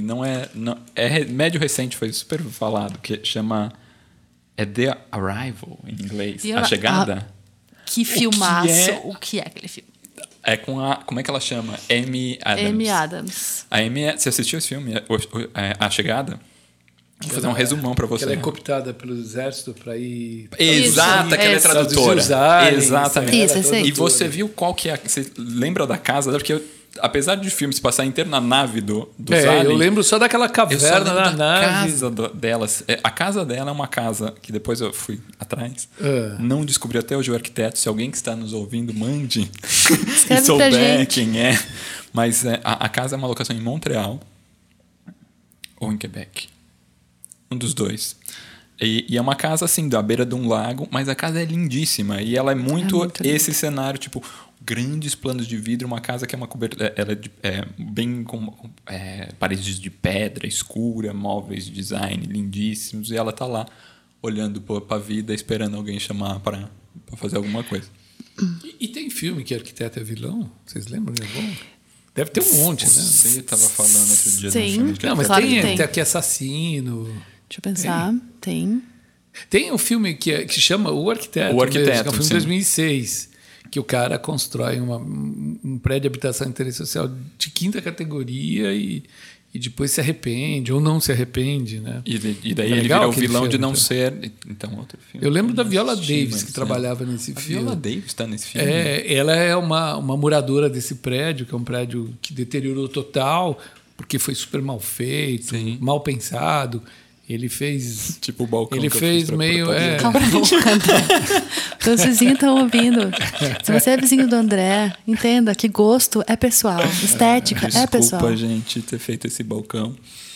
é médio recente, foi super falado, que chama The Arrival, em inglês. A Chegada. Que filmaço. O que é aquele filme? É com a... Como é que ela chama? Amy Adams. Amy Adams. A Amy... Você assistiu esse filme? A Chegada? Vou fazer um resumão para você. Ela é cooptada pelo exército para ir... Exato, que ela é tradutora. Exatamente. Isso. E você viu qual que é... Você lembra da casa? Porque apesar de o filme se passar inteiro na nave dos aliens... eu lembro só daquela caverna na nave. Casa delas. A casa dela é uma casa que depois eu fui atrás. Não descobri até hoje o arquiteto. Se alguém que está nos ouvindo, mande. Escreve e souber pra gente. quem é. Mas a casa é uma locação em Montreal ou em Quebec. Um dos dois. E é uma casa assim, da beira de um lago, mas a casa é lindíssima. E ela é muito esse cenário, tipo, grandes planos de vidro, uma casa que é uma cobertura. Ela é bem com paredes de pedra escura, móveis de design lindíssimos. E ela tá lá olhando para a vida, esperando alguém chamar para fazer alguma coisa. E tem filme que arquiteto é vilão? Vocês lembram de algum? Deve ter um monte, né? Você estava falando outro dia. Sim. Não, mas Claro tem aqui Assassino. Deixa eu pensar. Tem. Tem um filme que chama O Arquiteto. O Arquiteto, mesmo, que é um filme de 2006. Que o cara constrói um prédio de habitação de interesse social de 5ª categoria e depois se arrepende ou não se arrepende, né? E daí ele vira o vilão filme, de não ser... Então, outro filme. Eu lembro da Viola Davis, que trabalhava nesse filme. A Viola Davis está nesse filme? Ela é uma moradora desse prédio, que é um prédio que deteriorou total, porque foi super mal feito, mal pensado. Ele fez... Tipo o balcão. Ele fez meio... Calma, Os vizinhos estão ouvindo. Se você é vizinho do André, entenda que gosto é pessoal. Estética é pessoal. Desculpa, gente, ter feito esse balcão.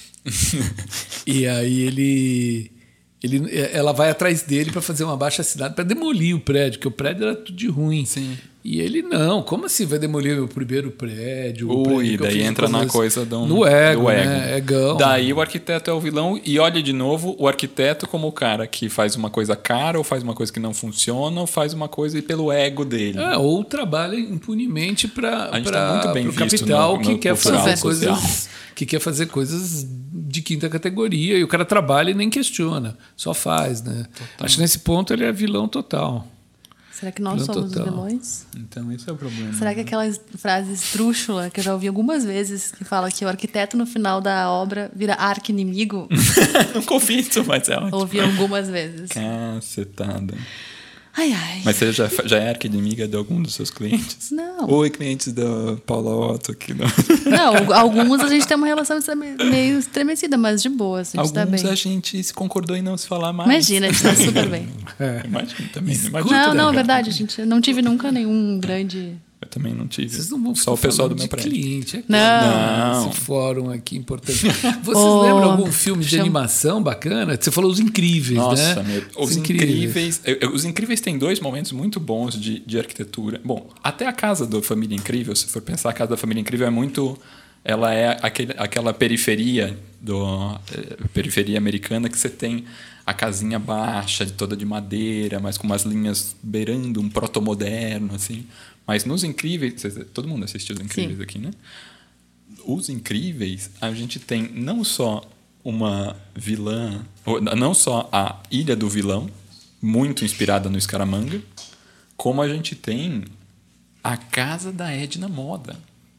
E aí ela vai atrás dele para fazer uma abaixo-assinado para demolir o prédio, porque o prédio era tudo de ruim. Sim. E ele não, como assim vai demolir o primeiro prédio? E daí entra na coisa no ego, né? Egão. Daí o arquiteto é o vilão e olha de novo o arquiteto como o cara que faz uma coisa cara ou faz uma coisa que não funciona ou faz uma coisa pelo ego dele. Ou trabalha impunemente para o no capital que quer fazer social. Que quer fazer coisas de 5ª categoria e o cara trabalha e nem questiona, só faz, né? Acho que nesse ponto ele é vilão total. Será que nós somos os vilões? Então, esse é o problema. Será que aquela frase estrúxula que eu já ouvi algumas vezes, que fala que o arquiteto no final da obra vira arqui-inimigo? Nunca ouvi isso, mas é ótimo. Ouvi algumas vezes. Cacetada. Ai, ai. Mas você já é arqui-inimiga de algum dos seus clientes? Não. Oi, clientes da Paula Otto aqui. Não, alguns a gente tem uma relação meio estremecida, mas de boa, assim, a gente tá bem. Alguns a gente se concordou em não se falar mais. Imagina, a gente tá super bem. Imagina também. Não, é verdade, gente. Não tive nunca nenhum grande... Eu também não tive. Vocês não vão só o pessoal do meu prédio. Cliente, é não. Esse fórum aqui importante. Vocês lembram algum filme de animação bacana? Você falou Os Incríveis, Nossa, né? Os Incríveis. Os Incríveis têm 2 momentos muito bons de arquitetura. Bom, até a casa da Família Incrível, se for pensar, a casa da Família Incrível é muito... Ela é aquela periferia periferia americana que você tem a casinha baixa, toda de madeira, mas com umas linhas beirando um proto-moderno, assim. Mas nos Incríveis... Todo mundo assistiu Os Incríveis Sim. aqui, né? Os Incríveis, a gente tem não só uma vilã... Não só a Ilha do Vilão, muito inspirada no Scaramanga, como a gente tem a casa da Edna Moda.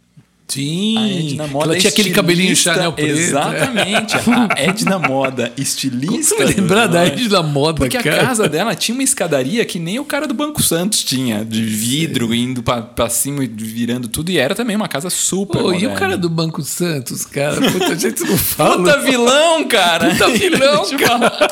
Sim, a Edna Moda ela tinha aquele cabelinho Chanel preto. Exatamente, a Edna Moda, estilista. Como lembrar da Edna Moda, porque cara? A casa dela tinha uma escadaria que nem o cara do Banco Santos tinha, de vidro, Sim. indo pra cima e virando tudo, e era também uma casa super moderna. E o cara do Banco Santos, cara? Puta, a gente não fala. Puta vilão, cara! Puta vilão, cara!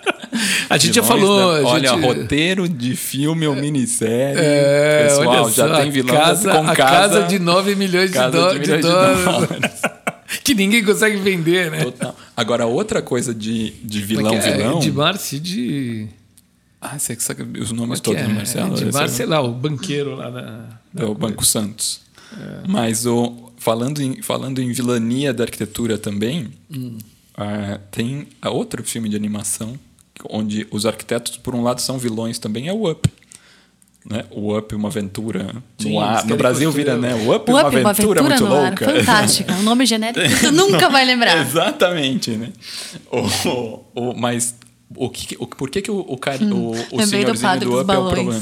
A gente já falou... Olha, roteiro de filme ou minissérie. Pessoal, olha só, já tem vilão a casa de 9 milhões de dólares. Que ninguém consegue vender, né? Total. Agora, outra coisa de vilão. De Marci de... você sabe os nomes todos, né, Marcelo? De Marci, sei lá, o banqueiro lá do Banco Santos. Mas falando em vilania da arquitetura também, tem outro filme de animação onde os arquitetos, por um lado, são vilões também, é o Up. Né? O Up, uma aventura no ar. No Brasil vira, né? O Up, uma aventura muito louca. Fantástica. Um nome genérico que tu nunca vai lembrar. Exatamente, né? Mas por que o senhorzinho do Up é o problema?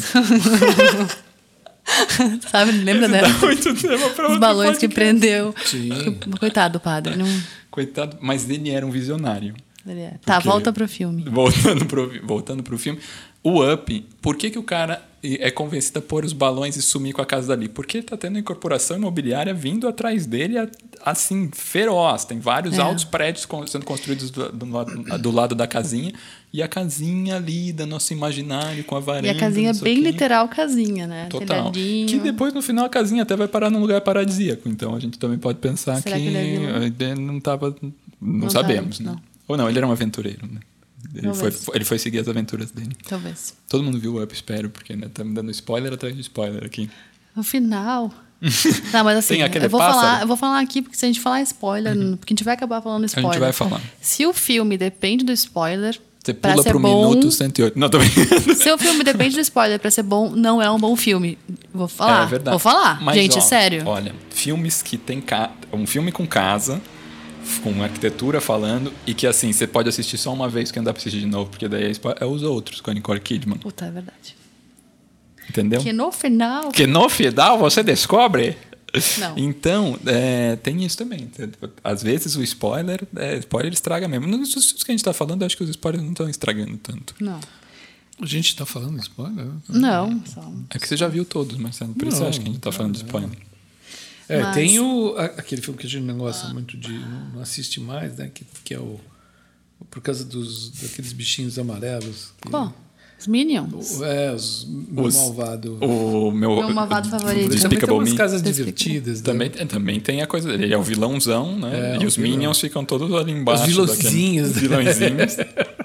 Sabe, lembra dela? Muito tema pra os balões que prendeu. Sim. Coitado do padre. Não... Coitado, mas ele era um visionário. Tá, volta pro filme. Voltando pro filme. O Up, por que o cara é convencido a pôr os balões e sumir com a casa dali? Porque ele tá tendo incorporação imobiliária vindo atrás dele, assim, feroz. Tem vários altos prédios sendo construídos do lado da casinha. E a casinha ali, do nosso imaginário, com a varanda. E a casinha bem literal casinha, né? Total. Telhadinho. Que depois, no final, a casinha até vai parar num lugar paradisíaco. Então, a gente também pode pensar que ele não tava... Não sabemos, né? Não. Ou não, ele era um aventureiro, né? Ele foi seguir as aventuras dele. Talvez. Todo mundo viu o Up, espero, porque né, tá me dando spoiler atrás de spoiler aqui. No final... Não, mas assim, eu vou falar aqui, porque se a gente falar spoiler, porque a gente vai acabar falando spoiler. A gente vai falar. Se o filme depende do spoiler... Você pula pro minuto 108. Não, tô brincando. Se o filme depende do spoiler pra ser bom, não é um bom filme. Vou falar. É verdade. Vou falar. Mas, gente, sério. Olha, filmes que tem... Um filme com casa... com arquitetura falando, e que assim, você pode assistir só uma vez, que não dá pra assistir de novo, porque daí é os outros, com a Nicole Kidman. Puta, é verdade. Entendeu? Que no final você descobre. Não. Então, tem isso também. Às vezes o spoiler estraga mesmo. Nos que a gente tá falando, eu acho que os spoilers não estão estragando tanto. Não. A gente tá falando de spoiler? Não. É que você já viu todos, Marcelo. Por isso eu acho que a gente tá falando de spoiler. Mas... tem aquele filme que a gente não gosta muito de... Não assiste mais, né? Que é o... Por causa daqueles bichinhos amarelos. Qual? Os Minions? Os malvados. O meu malvado favorito. Também tem umas casas divertidas. Também, né? Também tem a coisa dele. Ele é o vilãozão, né? E os Minions ficam todos ali embaixo. Os vilãozinhos. Vilãozinhos.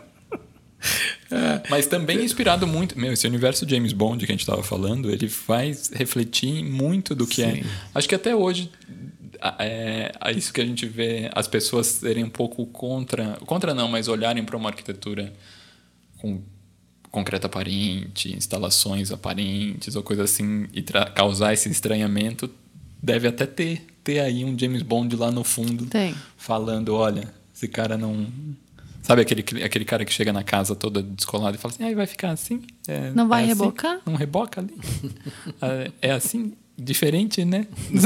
Mas também inspirado muito... esse universo James Bond que a gente estava falando, ele faz refletir muito do que é... Acho que até hoje, isso que a gente vê, as pessoas serem um pouco contra não, mas olharem para uma arquitetura com concreto aparente, instalações aparentes ou coisa assim, e causar esse estranhamento, deve até ter aí um James Bond lá no fundo, falando, olha, esse cara não Sabe aquele cara que chega na casa toda descolado e fala assim, vai ficar assim? Não vai assim? rebocar? Não reboca ali? É assim? Diferente, né?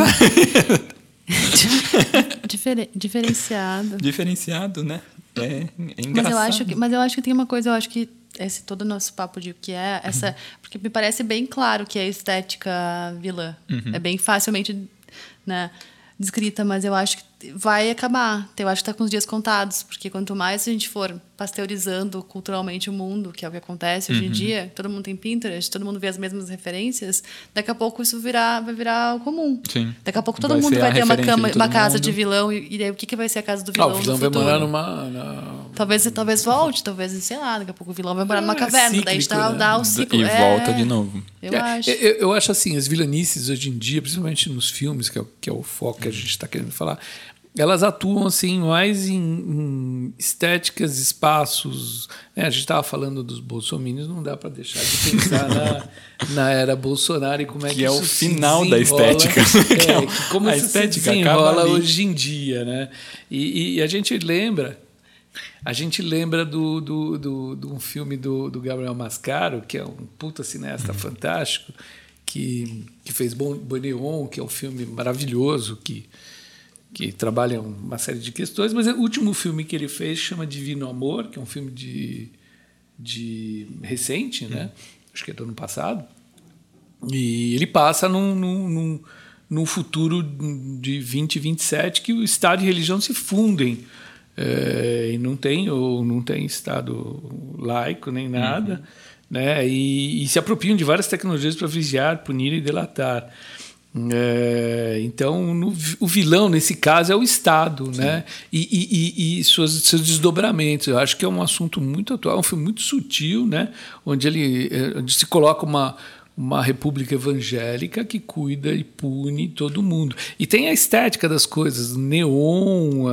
Diferenciado. Diferenciado, né? É engraçado. Mas eu acho que tem uma coisa, eu acho que esse todo o nosso papo de o que é essa... Porque me parece bem claro que é a estética vilã. É bem facilmente, né, descrita, mas eu acho que vai acabar. Eu acho que está com os dias contados, porque quanto mais a gente for pasteurizando culturalmente o mundo, que é o que acontece hoje em dia, todo mundo tem Pinterest, todo mundo vê as mesmas referências, daqui a pouco isso vai virar o comum. Sim. Daqui a pouco todo mundo vai ter uma casa de vilão, e daí o que vai ser a casa do vilão? O vilão vai morar numa... Talvez volte, talvez, sei lá, daqui a pouco o vilão vai morar numa caverna, cíclico, daí está dá o ciclo. E volta de novo. Eu acho assim, as vilanices hoje em dia, principalmente nos filmes, que é o foco que a gente está querendo falar, elas atuam assim mais em estéticas, espaços. A gente estava falando dos bolsominions, não dá para deixar de pensar na era Bolsonaro e como é que é isso o final da estética. Como a estética se desenrola hoje em dia, né? E a gente lembra de um filme do Gabriel Mascaro, que é um puta cineasta fantástico, que fez Boneon, que é um filme maravilhoso, que trabalha uma série de questões, mas o último filme que ele fez chama Divino Amor, que é um filme de recente, né? Acho que é do ano passado, e ele passa num futuro de 2027 que o Estado e religião se fundem, e não tem Estado laico nem nada, né? E se apropriam de várias tecnologias para vigiar, punir e delatar. Então, o vilão, nesse caso, é o Estado, né? E seus desdobramentos. Eu acho que é um assunto muito atual, um filme muito sutil, né? Onde se coloca uma república evangélica que cuida e pune todo mundo. E tem a estética das coisas, neon,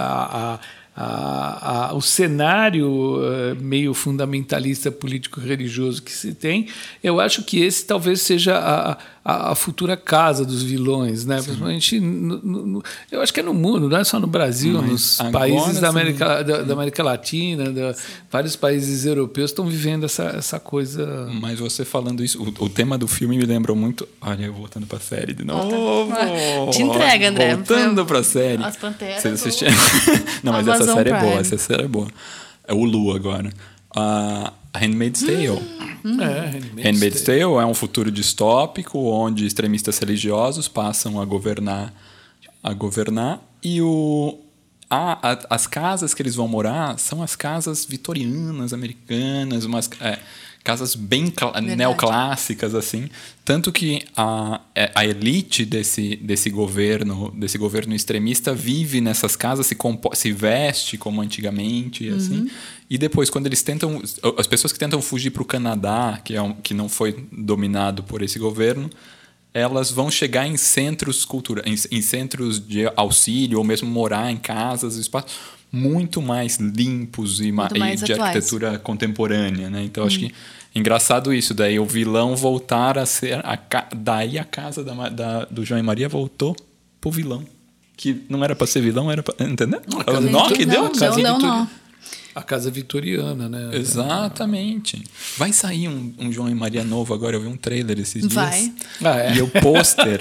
o cenário meio fundamentalista político-religioso que se tem. Eu acho que esse talvez seja a futura casa dos vilões, né? Principalmente eu acho que é no mundo, não é só no Brasil, nos países da América Latina, vários países europeus estão vivendo essa coisa. Mas você falando isso, o tema do filme me lembrou muito. Olha, eu voltando para a série de novo. Te entrega, André. Voltando para a série. As Panteras. Vocês assistiram? Não, mas essa série é boa. Essa série é boa. É o Lu agora. Handmaid's Tale. Handmaid's Tale é um futuro distópico onde extremistas religiosos passam a governar e as casas que eles vão morar são as casas vitorianas, americanas, umas casas bem neoclássicas, assim, tanto que a elite desse governo extremista vive nessas casas, se veste como antigamente, assim. E depois, quando eles as pessoas que tentam fugir para o Canadá, que não foi dominado por esse governo, elas vão chegar em centros em centros de auxílio, ou mesmo morar em casas, espaços muito mais limpos e de arquitetura contemporânea, né? Então, acho que é engraçado isso. Daí o vilão voltar a ser... Daí a casa do João e Maria voltou pro vilão. Que não era para ser vilão, era para... Entendeu? Não. A casa vitoriana, né? Exatamente. Vai sair um João e Maria novo agora. Eu vi um trailer esses dias. Vai. E o pôster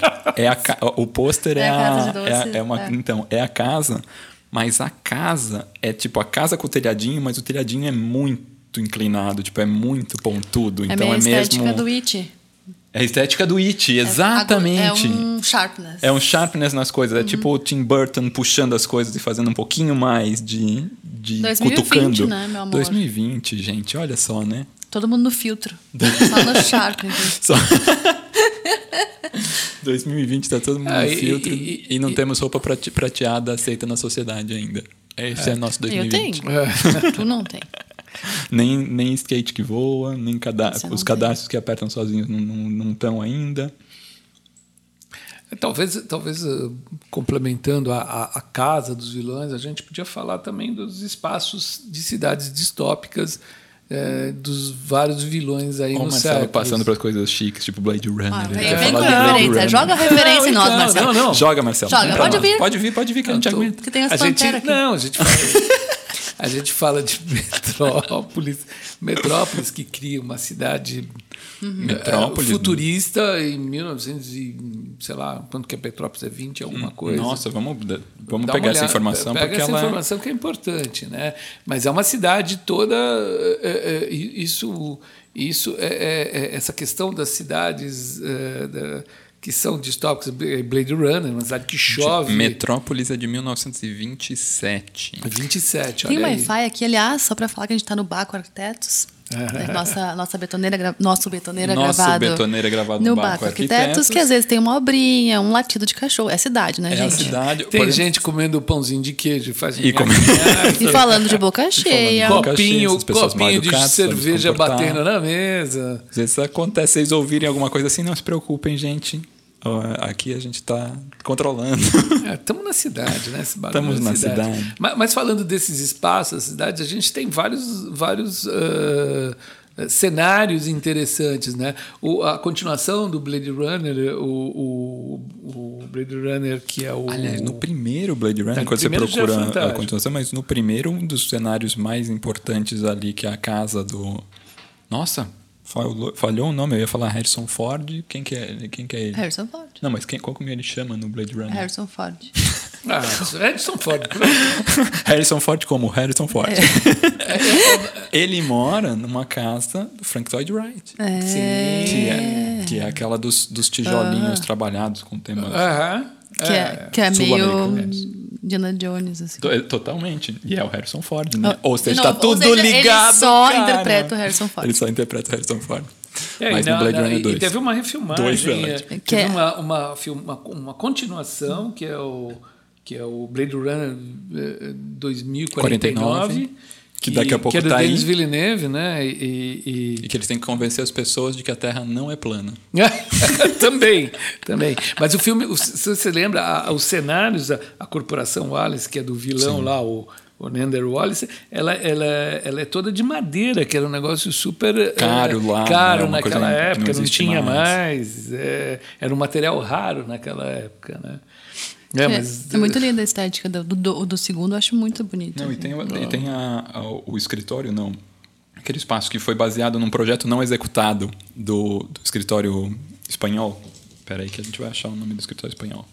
Então, é a casa... Mas a casa é tipo a casa com o telhadinho, mas o telhadinho é muito inclinado, tipo, é muito pontudo. Então a estética do It. É a estética do It, exatamente. É um sharpness. É um sharpness nas coisas. É tipo o Tim Burton puxando as coisas e fazendo um pouquinho mais de 2020, cutucando. Né, meu amor? 2020, gente, olha só, né? Todo mundo no filtro. Só no sharpness. 2020 está todo mundo no filtro e não temos roupa prateada aceita na sociedade ainda. Esse é nosso 2020. Eu tenho. Tu não tem. Nem skate que voa, nem os cadastros que apertam sozinhos não estão ainda. Talvez complementando a casa dos vilões, a gente podia falar também dos espaços de cidades distópicas, dos vários vilões aí no século. Passando para coisas chiques, tipo Blade Runner. Joga a referência em nós, Marcelo. Não. Joga, Marcelo. Joga, pode vir. Pode vir que a gente aguenta. Porque tem as panteras aqui. Não, a gente fala de Metrópolis que cria uma cidade futurista em 1900 e, sei lá, quanto que é Petrópolis? É 20 alguma coisa. Nossa, vamos pegar essa informação. Pega essa informação que é importante, né? Mas é uma cidade toda... essa questão das cidades... que são distópicas, Blade Runner, uma cidade que chove. Metrópolis é de 1927. 27, Tem olha aí. Wi-Fi aqui, aliás, só para falar que a gente está no Baco Arquitetos. Nosso betoneira gravado no Baco Arquitetos, que às vezes tem uma obrinha, um latido de cachorro. É cidade, né, gente? É a cidade. Tem gente comendo pãozinho de queijo, faz e falando de boca cheia. Copinho de cerveja batendo na mesa. Às vezes acontece, vocês ouvirem alguma coisa assim, não se preocupem, gente. Aqui a gente está controlando. Estamos na cidade, né? Estamos na cidade. Mas falando desses espaços, as cidades, a gente tem vários cenários interessantes, né? A continuação do Blade Runner, o Blade Runner que é o... Aliás, no primeiro Blade Runner, quando você procura a continuação, mas no primeiro, um dos cenários mais importantes ali, que é a casa do... Nossa... Falhou o nome, eu ia falar Harrison Ford. Quem que é ele? Harrison Ford. Não, mas qual como ele chama no Blade Runner? Harrison Ford. Harrison Ford. Harrison Ford como Harrison Ford. Ele mora numa casa do Frank Lloyd Wright. Que é aquela dos tijolinhos trabalhados com temas... Que é meio... Indiana Jones, assim. Totalmente. E é o Harrison Ford, né? Ou seja, está tudo ligado. Ele só interpreta o Harrison Ford. Ele só interpreta o Harrison Ford. Mas no Blade Runner 2. E teve uma refilmagem. Teve uma continuação, que é o Blade Runner 2049. Que daqui a pouco que é do tá aí. Denis Villeneuve, né? E que eles têm que convencer as pessoas de que a Terra não é plana. Também. Mas o filme, se você lembra, os cenários, a Corporação Wallace, que é do vilão lá, o Neander Wallace, ela é toda de madeira, que era um negócio super caro lá, caro naquela época, não tinha mais. Era um material raro naquela época, né? É muito linda a estética do segundo, eu acho muito bonito. Não, e tem o escritório, não. Aquele espaço que foi baseado num projeto não executado do escritório espanhol. Espera aí que a gente vai achar o nome do escritório espanhol.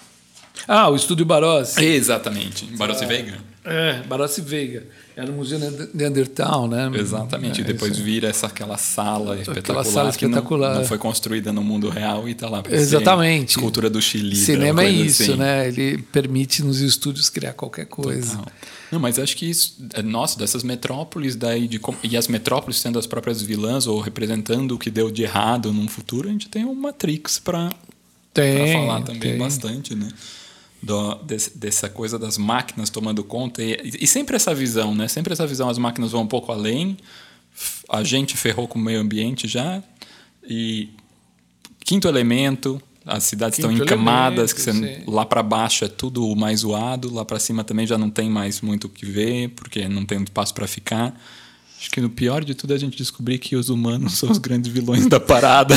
O Estúdio Barós. Exatamente, Barós e Veiga. Barós e Veiga. Era o Museu Neandertal, né? Exatamente, e depois vira aquela sala espetacular. Aquela sala espetacular. Não foi construída no mundo real e está lá. Exatamente. Escultura do Chile. Cinema é isso, assim, né? Ele permite nos estúdios criar qualquer coisa. Total. Não, mas acho que isso... Nossa, dessas metrópoles, e as metrópoles sendo as próprias vilãs ou representando o que deu de errado num futuro, a gente tem um Matrix para falar também bastante, né? Dessa coisa das máquinas tomando conta e sempre essa visão, né? Sempre essa visão, as máquinas vão um pouco além, a gente ferrou com o meio ambiente já, e Quinto Elemento, as cidades estão em camadas, lá para baixo é tudo mais zoado, lá para cima também já não tem mais muito o que ver, porque não tem espaço para ficar. Acho que no pior de tudo é a gente descobrir que os humanos são os grandes vilões da parada.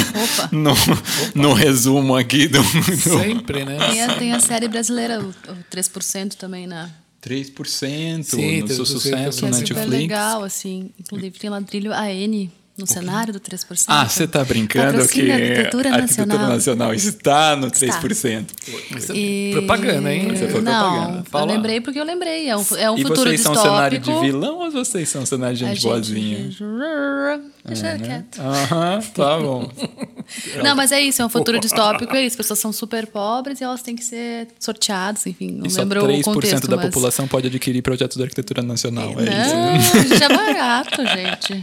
No resumo aqui do... Sempre, né? Tem a série brasileira, o 3% também, né? 3%, sim, no seu sucesso na Netflix. É super legal, assim. Inclusive tem ladrilho AN no cenário do 3%. Você está brincando que a Arquitetura Nacional está no 3%. Propaganda, hein? Você foi propaganda. Eu lembrei porque eu lembrei. É um futuro distópico. E vocês são cenário de vilão ou vocês são cenário de gente boazinha? Deixa quieto. Tá bom. Não, mas é isso. É um futuro distópico. É isso. As pessoas são super pobres e elas têm que ser sorteadas. Enfim, não lembro o contexto. 3% da população pode adquirir projetos da arquitetura nacional. É isso. Gente, é barato, gente.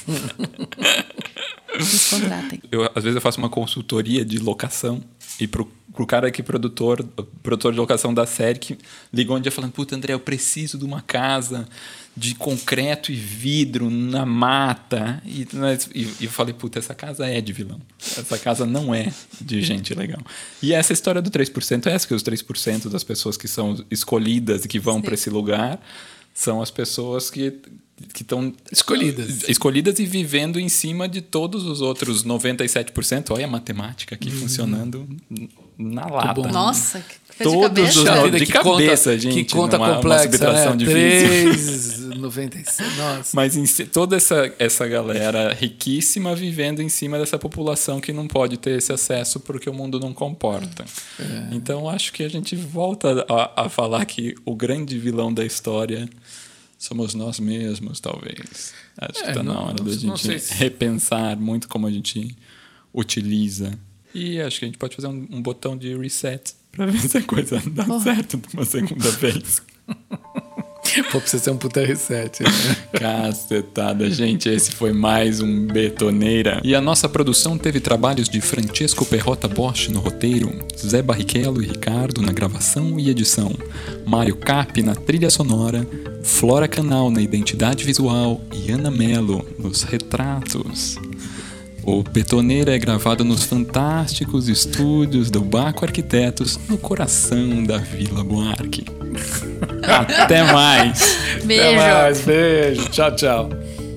Nos contratem. Às vezes eu faço uma consultoria de locação e pro cara que produtor de locação da série que ligou um dia falando, puta, André, eu preciso de uma casa de concreto e vidro na mata. E eu falei, puta, essa casa é de vilão. Essa casa não é de gente legal. E essa história do 3% é essa, que os 3% das pessoas que são escolhidas e que vão para esse lugar são as pessoas que estão escolhidas e vivendo em cima de todos os outros 97%. Olha a matemática aqui funcionando na lata. Nossa, que fez de Todos cabeça. os Puxa vida, de que cabeça, conta, gente. que conta não é uma complexa, subtração né? difícil. 3,96. Nossa. Mas toda essa galera riquíssima vivendo em cima dessa população que não pode ter esse acesso porque o mundo não comporta. Então, acho que a gente volta a falar que o grande vilão da história somos nós mesmos, talvez. Acho que está na hora da gente repensar muito como a gente utiliza. E acho que a gente pode fazer um botão de reset para ver se a coisa dá certo de uma segunda vez. Pô, precisa ser um puta reset. Né? Cacetada, gente. Esse foi mais um Betoneira. E a nossa produção teve trabalhos de Francesco Perrota Bosch no roteiro, Zé Barrichello e Ricardo na gravação e edição, Mário Cap na trilha sonora, Flora Canal na identidade visual e Ana Mello nos retratos. O Betoneira é gravado nos fantásticos estúdios do Baco Arquitetos, no coração da Vila Buarque. Até mais! Beijo! Até mais, beijo. Tchau, tchau.